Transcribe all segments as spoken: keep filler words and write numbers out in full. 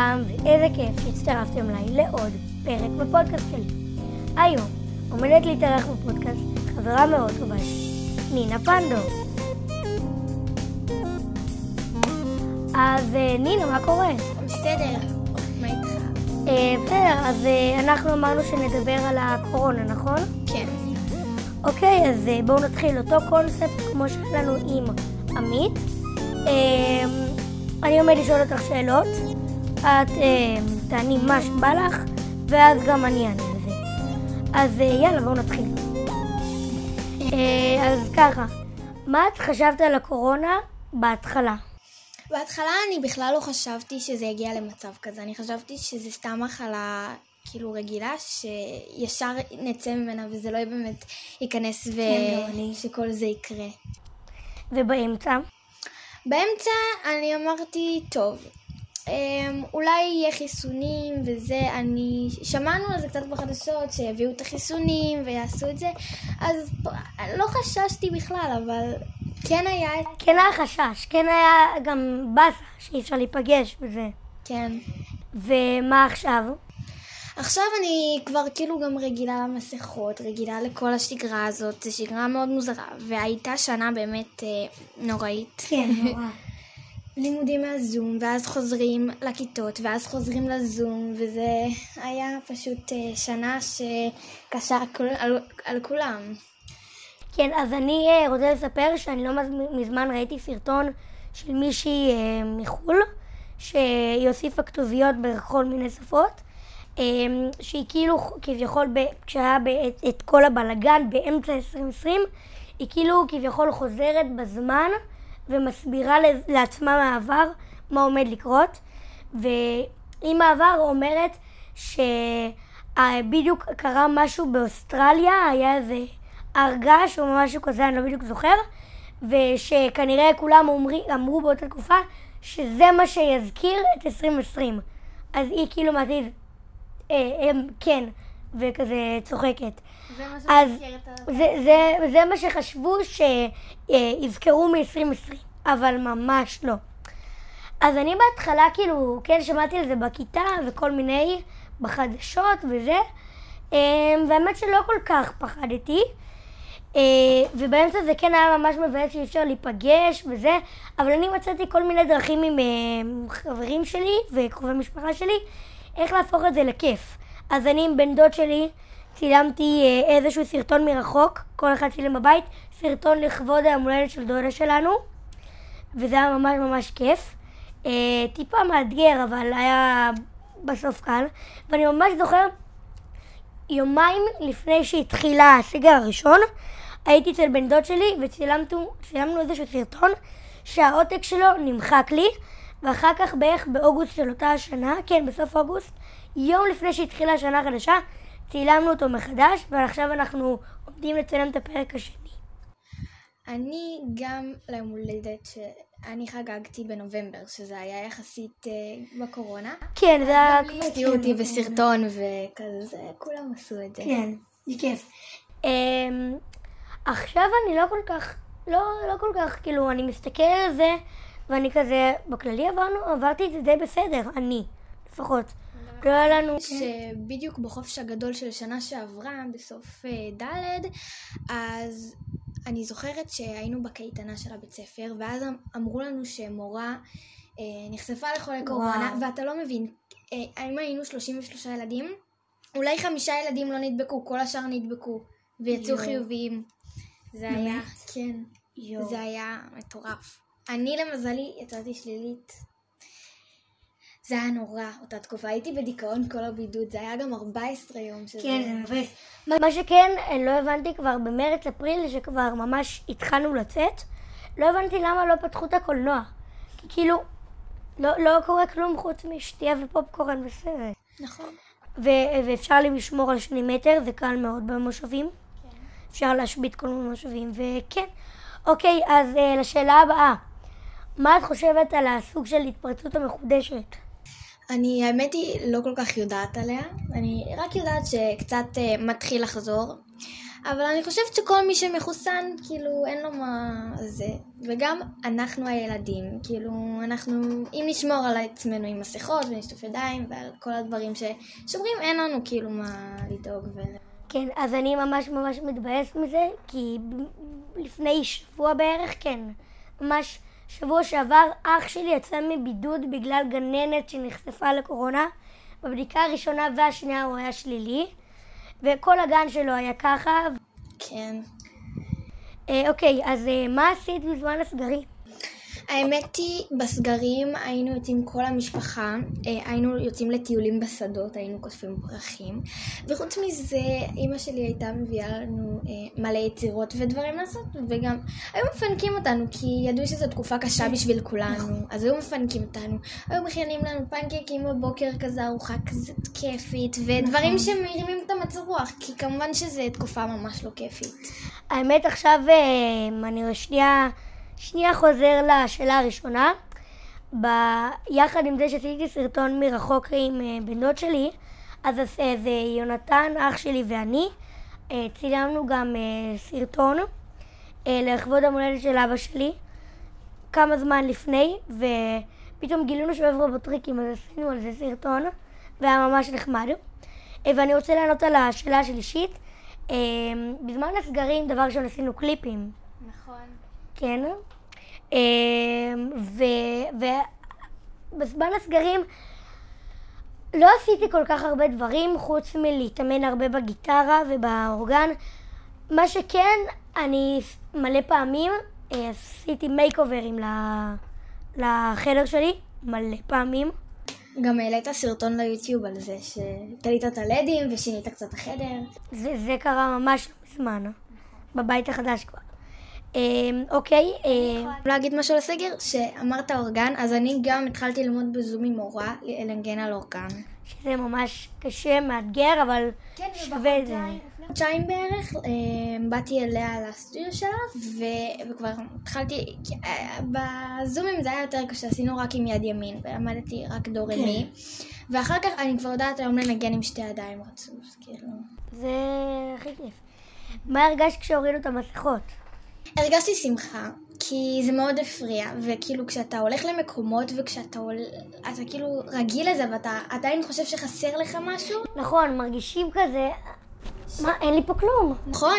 לכולם, ואיזה כיף שהצטרפתם אליי לעוד פרק בפודקאסט שלי. היום עומדת להתארח בפודקאסט חברה מאוד טובה, נינה פנדו. אז נינה, מה קורה? בסדר, מה איתך? בסדר, אז אנחנו אמרנו שנדבר על הקורונה, נכון? כן. אוקיי, אז בואו נתחיל אותו קונספט כמו שלנו עם עמית. אני עומד לשאול אותך שאלות, את תעני מה שבא לך, ואז גם אני אענה לזה. אז יאללה, בואו נתחיל. אז ככה, מה את חשבת על הקורונה בהתחלה? בהתחלה אני בכלל לא חשבתי שזה יגיע למצב כזה, אני חשבתי שזה סתם מחלה כאילו רגילה, שישר נצא ממנה וזה לא באמת ייכנס ושכל זה יקרה. ובאמצע? באמצע אני אמרתי, טוב, אולי יהיה חיסונים וזה, אני שמענו על זה קצת בחדשות שיביאו את החיסונים ויעשו את זה, אז לא חששתי בכלל, אבל כן היה... כן היה חשש, כן היה גם בסה שאי אפשר להיפגש וזה. כן. ומה עכשיו? עכשיו אני כבר כאילו גם רגילה למסכות, רגילה לכל השגרה הזאת, זו שגרה מאוד מוזרה, והייתה שנה באמת אה, נוראית. כן, נורא. לימודים מהזום, ואז חוזרים לכיתות, ואז חוזרים לזום, וזה היה פשוט אה, שנה שקשה על, על, על כולם. כן, אז אני אה, רוצה לספר שאני לא מזמן ראיתי סרטון של מישהי אה, מחול, שהיא הוסיפה כתוביות בכל מיני שפות, שהיא כאילו כביכול כשהיה את, את כל הבלגן באמצע עשרים עשרים, היא כאילו כביכול חוזרת בזמן ומסבירה לעצמה מהעבר מה עומד לקרות, והיא מהעבר אומרת שבדיוק קרה משהו באוסטרליה, היה איזה הרגש או משהו כזה, אני לא בדיוק זוכר, ושכנראה כולם אומרי, אמרו באותה תקופה שזה מה שיזכיר את עשרים עשרים, אז היא כאילו מעתיד אה, הם, כן, וכזה צוחקת. זה מה שמזכיר את ה... זה, זה, זה מה שחשבו שיזכרו מ-עשרים עשרים, אבל ממש לא. אז אני בהתחלה כאילו, כן, שמעתי על זה בכיתה וכל מיני בחדשות וזה, והאמת שלא כל כך פחדתי, ובאמצע זה כן היה ממש מבאס שאי אפשר להיפגש וזה, אבל אני מצאתי כל מיני דרכים עם חברים שלי וקרובי משפחה שלי, איך להפוך את זה לכיף. אז אני עם בן דוד שלי צילמתי איזשהו סרטון מרחוק, כל אחד צילם בבית, סרטון לכבוד היום הולדת של דודה שלנו, וזה היה ממש ממש כיף. טיפה מאתגר, אבל היה בסוף קל. ואני ממש זוכר, יומיים לפני שהתחילה הסגר הראשון, הייתי אצל בן דוד שלי וצילמנו איזשהו סרטון שהעותק שלו נמחק לי, ואחר כך בערך באוגוסט של אותה השנה, כן, בסוף אוגוסט, יום לפני שהתחילה השנה החדשה, צילמנו אותו מחדש, ועכשיו אנחנו עומדים לצלם את הפרק השני. אני גם ליום הולדת שאני חגגתי בנובמבר, שזה היה יחסית uh, בקורונה. כן, זה היה... הפתיעו אותי בסרטון וכזה, כולם עשו את זה. כן, זה כיף. Um, עכשיו אני לא כל כך, לא, לא כל כך, כאילו, אני מסתכל על זה, ואני כזה, בכללי עברנו, עברתי את זה די בסדר, אני, לפחות. לא היה לנו... שבדיוק בחופש הגדול של שנה שעברה, בסוף ד', אז אני זוכרת שהיינו בקייטנה של הבית ספר, ואז אמרו לנו שמורה אה, נחשפה לחולי קורונה, ואתה לא מבין, אה, אם היינו שלושים ושלושה ילדים, אולי חמישה ילדים לא נדבקו, כל השאר נדבקו, ויצאו חיוביים. זה היה, כן, יו. זה היה מטורף. אני למזלי יצאתי שלילית. זה היה נורא, אותה תקופה. הייתי בדיכאון כל הבידוד, זה היה גם ארבעה עשר יום שזה... כן, זה מבאס. מה שכן, לא הבנתי כבר במרץ אפריל, שכבר ממש התחלנו לצאת, לא הבנתי למה לא פתחו את הקולנוע. כי כאילו, לא, לא קורה כלום חוץ משתייה ופופקורן וסרט. נכון. ו- ואפשר לשמור על שני מטר, זה קל מאוד במושבים. כן. אפשר להשבית כל מיני מושבים, וכן. אוקיי, אז uh, לשאלה הבאה. מה את חושבת על הסוג של התפרצות המחודשת? אני, האמת היא, לא כל כך יודעת עליה. אני רק יודעת שקצת uh, מתחיל לחזור. אבל אני חושבת שכל מי שמחוסן, כאילו, אין לו מה זה. וגם אנחנו הילדים, כאילו, אנחנו, אם נשמור על עצמנו עם מסכות ונשטוף ידיים ועל כל הדברים ששומרים, אין לנו כאילו מה לדאוג ו... כן, אז אני ממש ממש מתבאס מזה, כי לפני שבוע בערך, כן, ממש שבוע שעבר, אח שלי יצא מבידוד בגלל גננת שנחשפה לקורונה. בבדיקה הראשונה והשנייה הוא היה שלילי, וכל הגן שלו היה ככה. כן. אה, אוקיי, אז אה, מה עשית בזמן הסגרים? האמת היא, בסגרים היינו יוצאים כל המשפחה, היינו יוצאים לטיולים בשדות, היינו כותבים פרחים, וחוץ מזה, אמא שלי הייתה מביאה לנו מלא יצירות ודברים לעשות, וגם היו מפנקים אותנו, כי ידעו שזו תקופה קשה בשביל כולנו, אז היו מפנקים אותנו, היו מכינים לנו פנקקים בבוקר כזה, ארוחה כזאת כיפית, ודברים שמרימים את המצב רוח, כי כמובן שזו תקופה ממש לא כיפית. האמת עכשיו, אני שנייה... שנייה חוזר לשאלה הראשונה. ביחד עם זה שעשיתי סרטון מרחוק עם בן דוד שלי, אז זה יונתן, אח שלי ואני, צילמנו גם סרטון לכבוד המולדת של אבא שלי כמה זמן לפני, ופתאום גילינו שהוא אוהב רובוטריקים, אז עשינו על זה סרטון והיה ממש נחמד. ואני רוצה לענות על השאלה השלישית. בזמן הסגרים דבר ראשון עשינו קליפים. נכון. כן, ובזמן הסגרים לא עשיתי כל כך הרבה דברים חוץ מלהתאמן הרבה בגיטרה ובאורגן. מה שכן, אני מלא פעמים עשיתי מייק אוברים לחדר שלי, מלא פעמים. גם העלית סרטון ליוטיוב על זה שתלית את הלדים ושינית קצת החדר. זה, זה קרה ממש לא מזמן, בבית החדש כבר. אוקיי. אני יכולה להגיד משהו לסגר? שאמרת אורגן, אז אני גם התחלתי ללמוד בזום עם מורה לנגן על אורגן. שזה ממש קשה, מאתגר, אבל שווה את זה. חודשיים בערך, באתי אליה לסטודיו שלה, וכבר התחלתי, בזומים זה היה יותר קשה, עשינו רק עם יד ימין, ולמדתי רק דו רה מי, ואחר כך אני כבר יודעת היום לנגן עם שתי ידיים רצוף, כאילו. זה הכי כיף. מה הרגשת כשהורידו את המסכות? הרגשתי שמחה, כי זה מאוד הפריע, וכאילו כשאתה הולך למקומות וכשאתה הול... אתה כאילו רגיל לזה ואתה עדיין חושב שחסר לך משהו. נכון, מרגישים כזה, מה, אין לי פה כלום. נכון,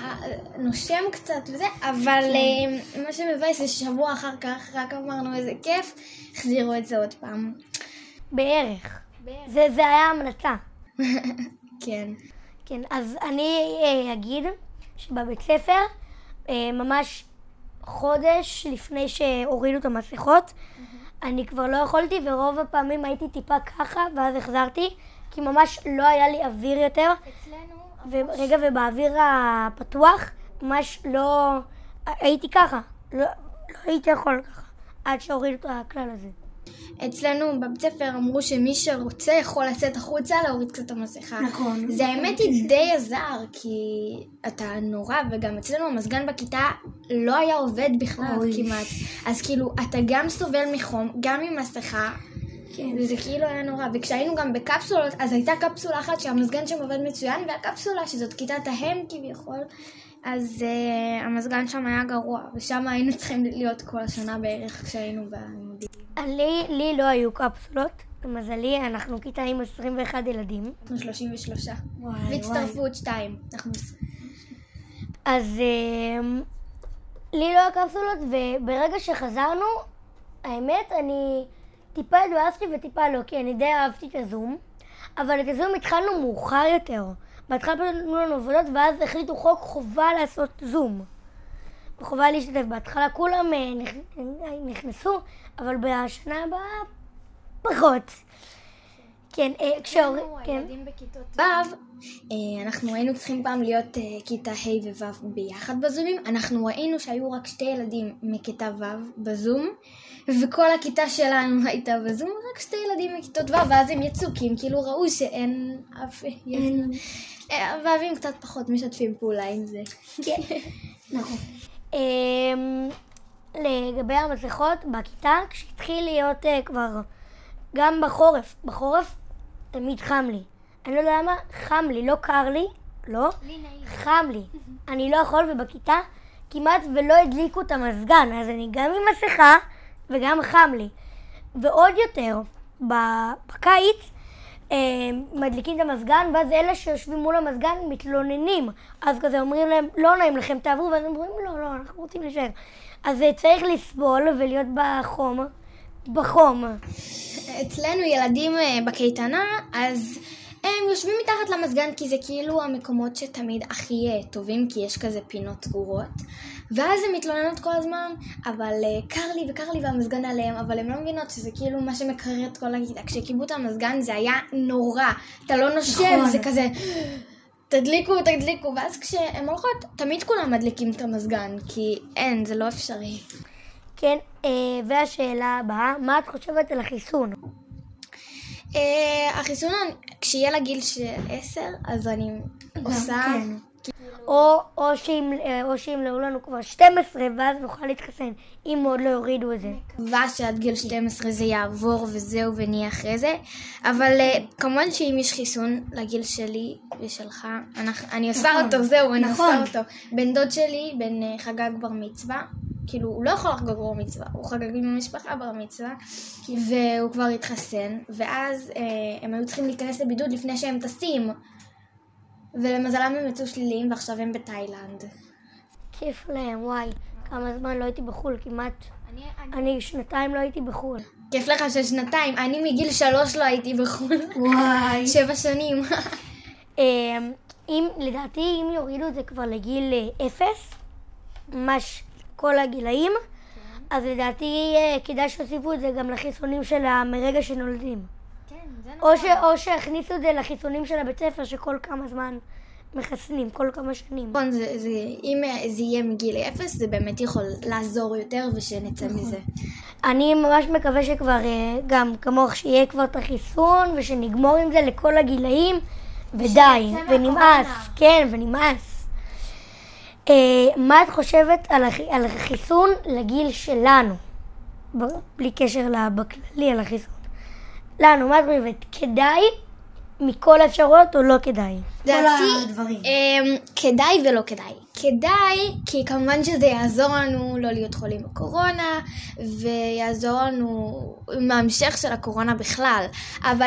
נושם קצת וזה, אבל מה שמבאס זה שבוע אחר כך רק אמרנו איזה כיף, החזירו את זה עוד פעם. בערך. זה, זה היה המלצה. כן. כן, אז אני אגיד שבבית ספר, ממש חודש לפני שהורידו את המסכות, אני כבר לא יכולתי, ורוב הפעמים הייתי טיפה ככה, ואז החזרתי, כי ממש לא היה לי אוויר יותר. אצלנו... ורגע, ובאוויר הפתוח, ממש לא... הייתי ככה, לא, לא הייתי יכול ככה, עד שהורידו את הכלל הזה. אצלנו בבית ספר אמרו שמי שרוצה יכול לצאת החוצה להוריד קצת את המסכה. נכון. זה האמת היא די עזר, כי אתה נורא, וגם אצלנו המזגן בכיתה לא היה עובד בכלל כמעט. אז כאילו, אתה גם סובל מחום, גם עם מסכה, כן. וזה כאילו היה נורא. וכשהיינו גם בקפסולות, אז הייתה קפסולה אחת שהמזגן שם עובד מצוין, והקפסולה שזאת כיתת ההם כביכול, אז uh, המזגן שם היה גרוע, ושם היינו צריכים להיות כל השנה בערך כשהיינו בלימודים. לי, לי לא היו קפסולות, למזלי, אנחנו כיתה עם עשרים ואחד ילדים. אנחנו שלושים ושלוש. והצטרפו עוד שתיים. אז uh, לי לא היו קפסולות, וברגע שחזרנו, האמת, אני טיפה התבאסתי וטיפה לא, כי אני די אהבתי את הזום, אבל את הזום התחלנו מאוחר יותר. בהתחלה פתאום לנו עבודות, ואז החליטו חוק חובה לעשות זום. חובה להשתתף. בהתחלה כולם נכנסו, אבל בשנה הבאה פחות. כן, כשהורים... הילדים בכיתות ו', אנחנו היינו צריכים פעם להיות כיתה ה' וו' ביחד בזומים. אנחנו ראינו שהיו רק שתי ילדים מכיתה ו' בזום, וכל הכיתה שלנו הייתה בזום, רק שתי ילדים מכיתות ו', ואז הם יצאו, כי הם כאילו ראו שאין אף ילד. ואבים קצת פחות משתפים פעולה עם זה. כן, נכון. לגבי המסכות בכיתה, כשהתחיל להיות כבר גם בחורף, בחורף תמיד חם לי. אני לא יודע למה, חם לי, לא קר לי, לא? לי נעים. חם לי. אני לא יכול, ובכיתה כמעט ולא הדליקו את המזגן, אז אני גם עם מסכה וגם חם לי. ועוד יותר, בקיץ אה, מדליקים את המזגן, ואז אלה שיושבים מול המזגן מתלוננים. אז כזה אומרים להם, לא נעים לכם, תעברו, ואז הם אומרים, לא, לא, אנחנו רוצים להישאר. אז צריך לסבול ולהיות בחום, בחום. אצלנו ילדים בקייטנה, אז הם יושבים מתחת למזגן, כי זה כאילו המקומות שתמיד הכי טובים, כי יש כזה פינות סגורות. ואז הם מתלוננות כל הזמן, אבל קר לי וקר לי והמזגן עליהם, אבל הם לא מבינות שזה כאילו מה שמקרר את כל הכיתה. כשקיבלו את המזגן זה היה נורא, אתה לא נושם, זה כזה, תדליקו, תדליקו, ואז כשהם הולכות, תמיד כולם מדליקים את המזגן, כי אין, זה לא אפשרי. כן, והשאלה הבאה, מה את חושבת על החיסון? החיסון, כשיהיה לגיל של עשר, אז אני עושה... או, או שאם, או שימלאו לנו כבר שתים עשרה, ואז נוכל להתחסן, אם עוד לא יורידו את זה. מקווה שעד גיל שתים עשרה זה יעבור וזהו ונהיה אחרי זה. אבל כמובן שאם יש חיסון לגיל שלי ושלך, אני עושה אותו, זהו, אני עושה אותו. בן דוד שלי, בן חגג בר מצווה, כאילו הוא לא יכול לחגוג בר מצווה, הוא חגג עם המשפחה בר מצווה, והוא כבר התחסן, ואז הם היו צריכים להיכנס לבידוד לפני שהם טסים. ולמזלם הם יצאו שליליים ועכשיו הם בתאילנד. כיף להם, וואי. כמה זמן לא הייתי בחול, כמעט. אני, אני... אני שנתיים לא הייתי בחול. כיף לך של שנתיים, אני מגיל שלוש לא הייתי בחול. וואי. שבע שנים. אם, לדעתי, אם יורידו את זה כבר לגיל אפס, ממש כל הגילאים, אז לדעתי כדאי שיוסיפו את זה גם לחיסונים שלה מרגע שנולדים. או, ש, או שהכניסו את זה לחיסונים של הבית ספר שכל כמה זמן מחסנים, כל כמה שנים. נכון, זה, זה, אם זה יהיה מגיל אפס, זה באמת יכול לעזור יותר ושנצא מזה. אני ממש מקווה שכבר גם כמוך שיהיה כבר את החיסון ושנגמור עם זה לכל הגילאים ודי, ונמאס, כן, ונמאס. אה, מה את חושבת על, הח, על החיסון לגיל שלנו? בלי קשר בכללי על החיסון. לנו, מה את חושבת? כדאי מכל האפשרויות או לא כדאי? דעתי, כדאי ולא כדאי. כדאי, כי כמובן שזה יעזור לנו לא להיות חולים בקורונה, ויעזור לנו מהמשך של הקורונה בכלל. אבל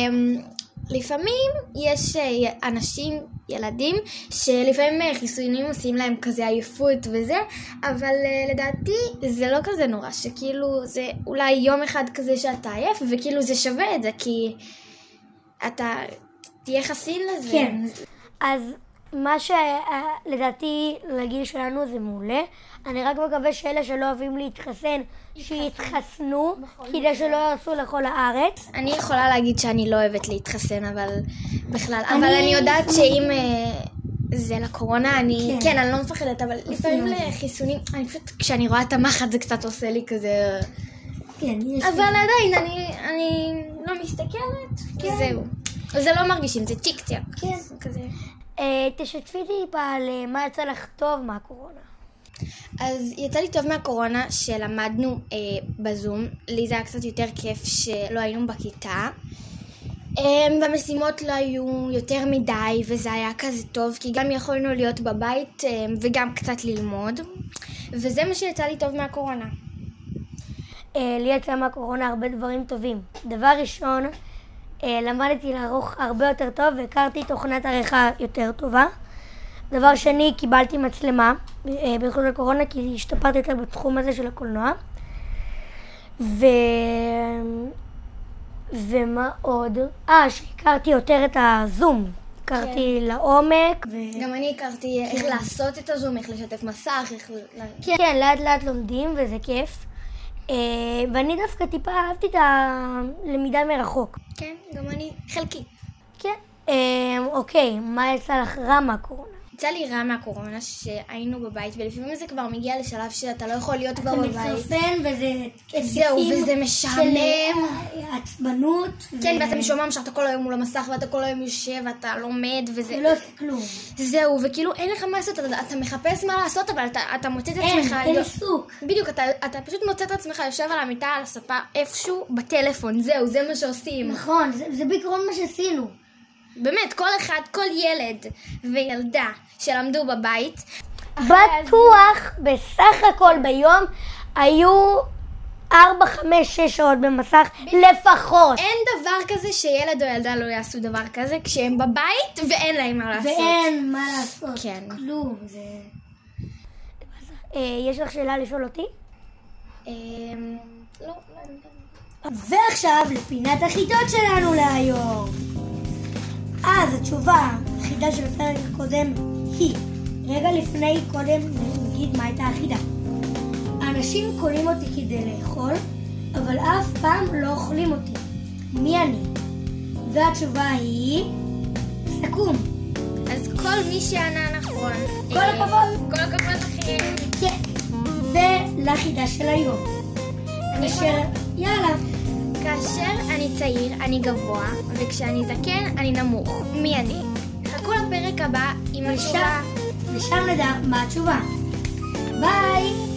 לפעמים יש אנשים, ילדים, שלפעמים חיסונים עושים להם כזה עייפות וזה, אבל לדעתי זה לא כזה נורא, שכאילו זה אולי יום אחד כזה שאתה עייף, וכאילו זה שווה את זה, כי אתה תהיה חסין לזה. כן. אז מה שלדעתי לגיל שלנו זה מעולה. אני רק מקווה שאלה שלא אוהבים להתחסן, שיתחסנו, כדי שלא יעשו לכל הארץ. אני יכולה להגיד שאני לא אוהבת להתחסן, אבל בכלל, אבל אני יודעת שאם זה לקורונה, אני, כן, אני לא מפחדת, אבל לפעמים לחיסונים, אני פשוט, כשאני רואה את המחט זה קצת עושה לי כזה, אבל עדיין, אני לא מסתכלת, זהו. זה לא מרגישים, זה צ'יק צ'ק. כן. תשתפי טיפה על מה יצא לך טוב מהקורונה. אז יצא לי טוב מהקורונה שלמדנו אה, בזום. לי זה היה קצת יותר כיף שלא היינו בכיתה. אה, והמשימות לא היו יותר מדי, וזה היה כזה טוב, כי גם יכולנו להיות בבית אה, וגם קצת ללמוד. וזה מה שיצא לי טוב מהקורונה. אה, לי יצא מהקורונה הרבה דברים טובים. דבר ראשון, אה, למדתי לערוך הרבה יותר טוב, והכרתי תוכנת עריכה יותר טובה. דבר שני, קיבלתי מצלמה בזכות הקורונה, כי השתפרתי יותר בתחום הזה של הקולנוע. ו... ומה עוד? אה, שהכרתי יותר את הזום. הכרתי כן. לעומק. ו... גם אני הכרתי כן. איך לעשות את הזום, איך לשתף מסך, איך... כן, כן, לאט לאט לומדים וזה כיף. ואני דווקא טיפה אהבתי את הלמידה מרחוק. כן, גם אני חלקי. כן. אוקיי, מה יצא לך רע מהקורונה? יצא לי רע מהקורונה שהיינו בבית, ולפעמים זה כבר מגיע לשלב שאתה לא יכול להיות כבר בבית. אתה מתחרפן וזה... זהו, וזה משעמם. עצבנות. כן, ואתה משומם שאתה כל היום מול המסך, ואתה כל היום יושב, ואתה לומד, וזה... ולא עושה כלום. זהו, וכאילו אין לך מה לעשות, אתה מחפש מה לעשות, אבל אתה מוצא את עצמך... אין, אין עיסוק. בדיוק, אתה פשוט מוצא את עצמך יושב על המיטה, על הספה, איפשהו, בטלפון, זהו, זה מה שעושים. נכון, זה בעיקרון מה שעשינו. באמת, כל אחד, כל ילד וילדה שלמדו בבית, בטוח בסך הכל ביום היו ארבע, חמש, שש שעות במסך לפחות. אין דבר כזה שילד או ילדה לא יעשו דבר כזה כשהם בבית ואין להם מה לעשות. ואין מה לעשות. כן. כלום. זה... יש לך שאלה לשאול אותי? לא. ועכשיו לפינת החידות שלנו להיום. אז התשובה, החידה של הפרק הקודם היא, רגע לפני קודם נגיד מה הייתה החידה. האנשים קונים אותי כדי לאכול, אבל אף פעם לא אוכלים אותי. מי אני? והתשובה היא סכו"ם. אז כל מי שענה נכון. כל הכבוד. כל הכבוד לכם. כן. ולחידה של היום. כאשר, יאללה. כאשר אני צעיר, אני גבוה, וכשאני זקן, אני נמוך. מי אני? חכו לפרק הבא עם התשובה. ושם נדע מה התשובה. ביי!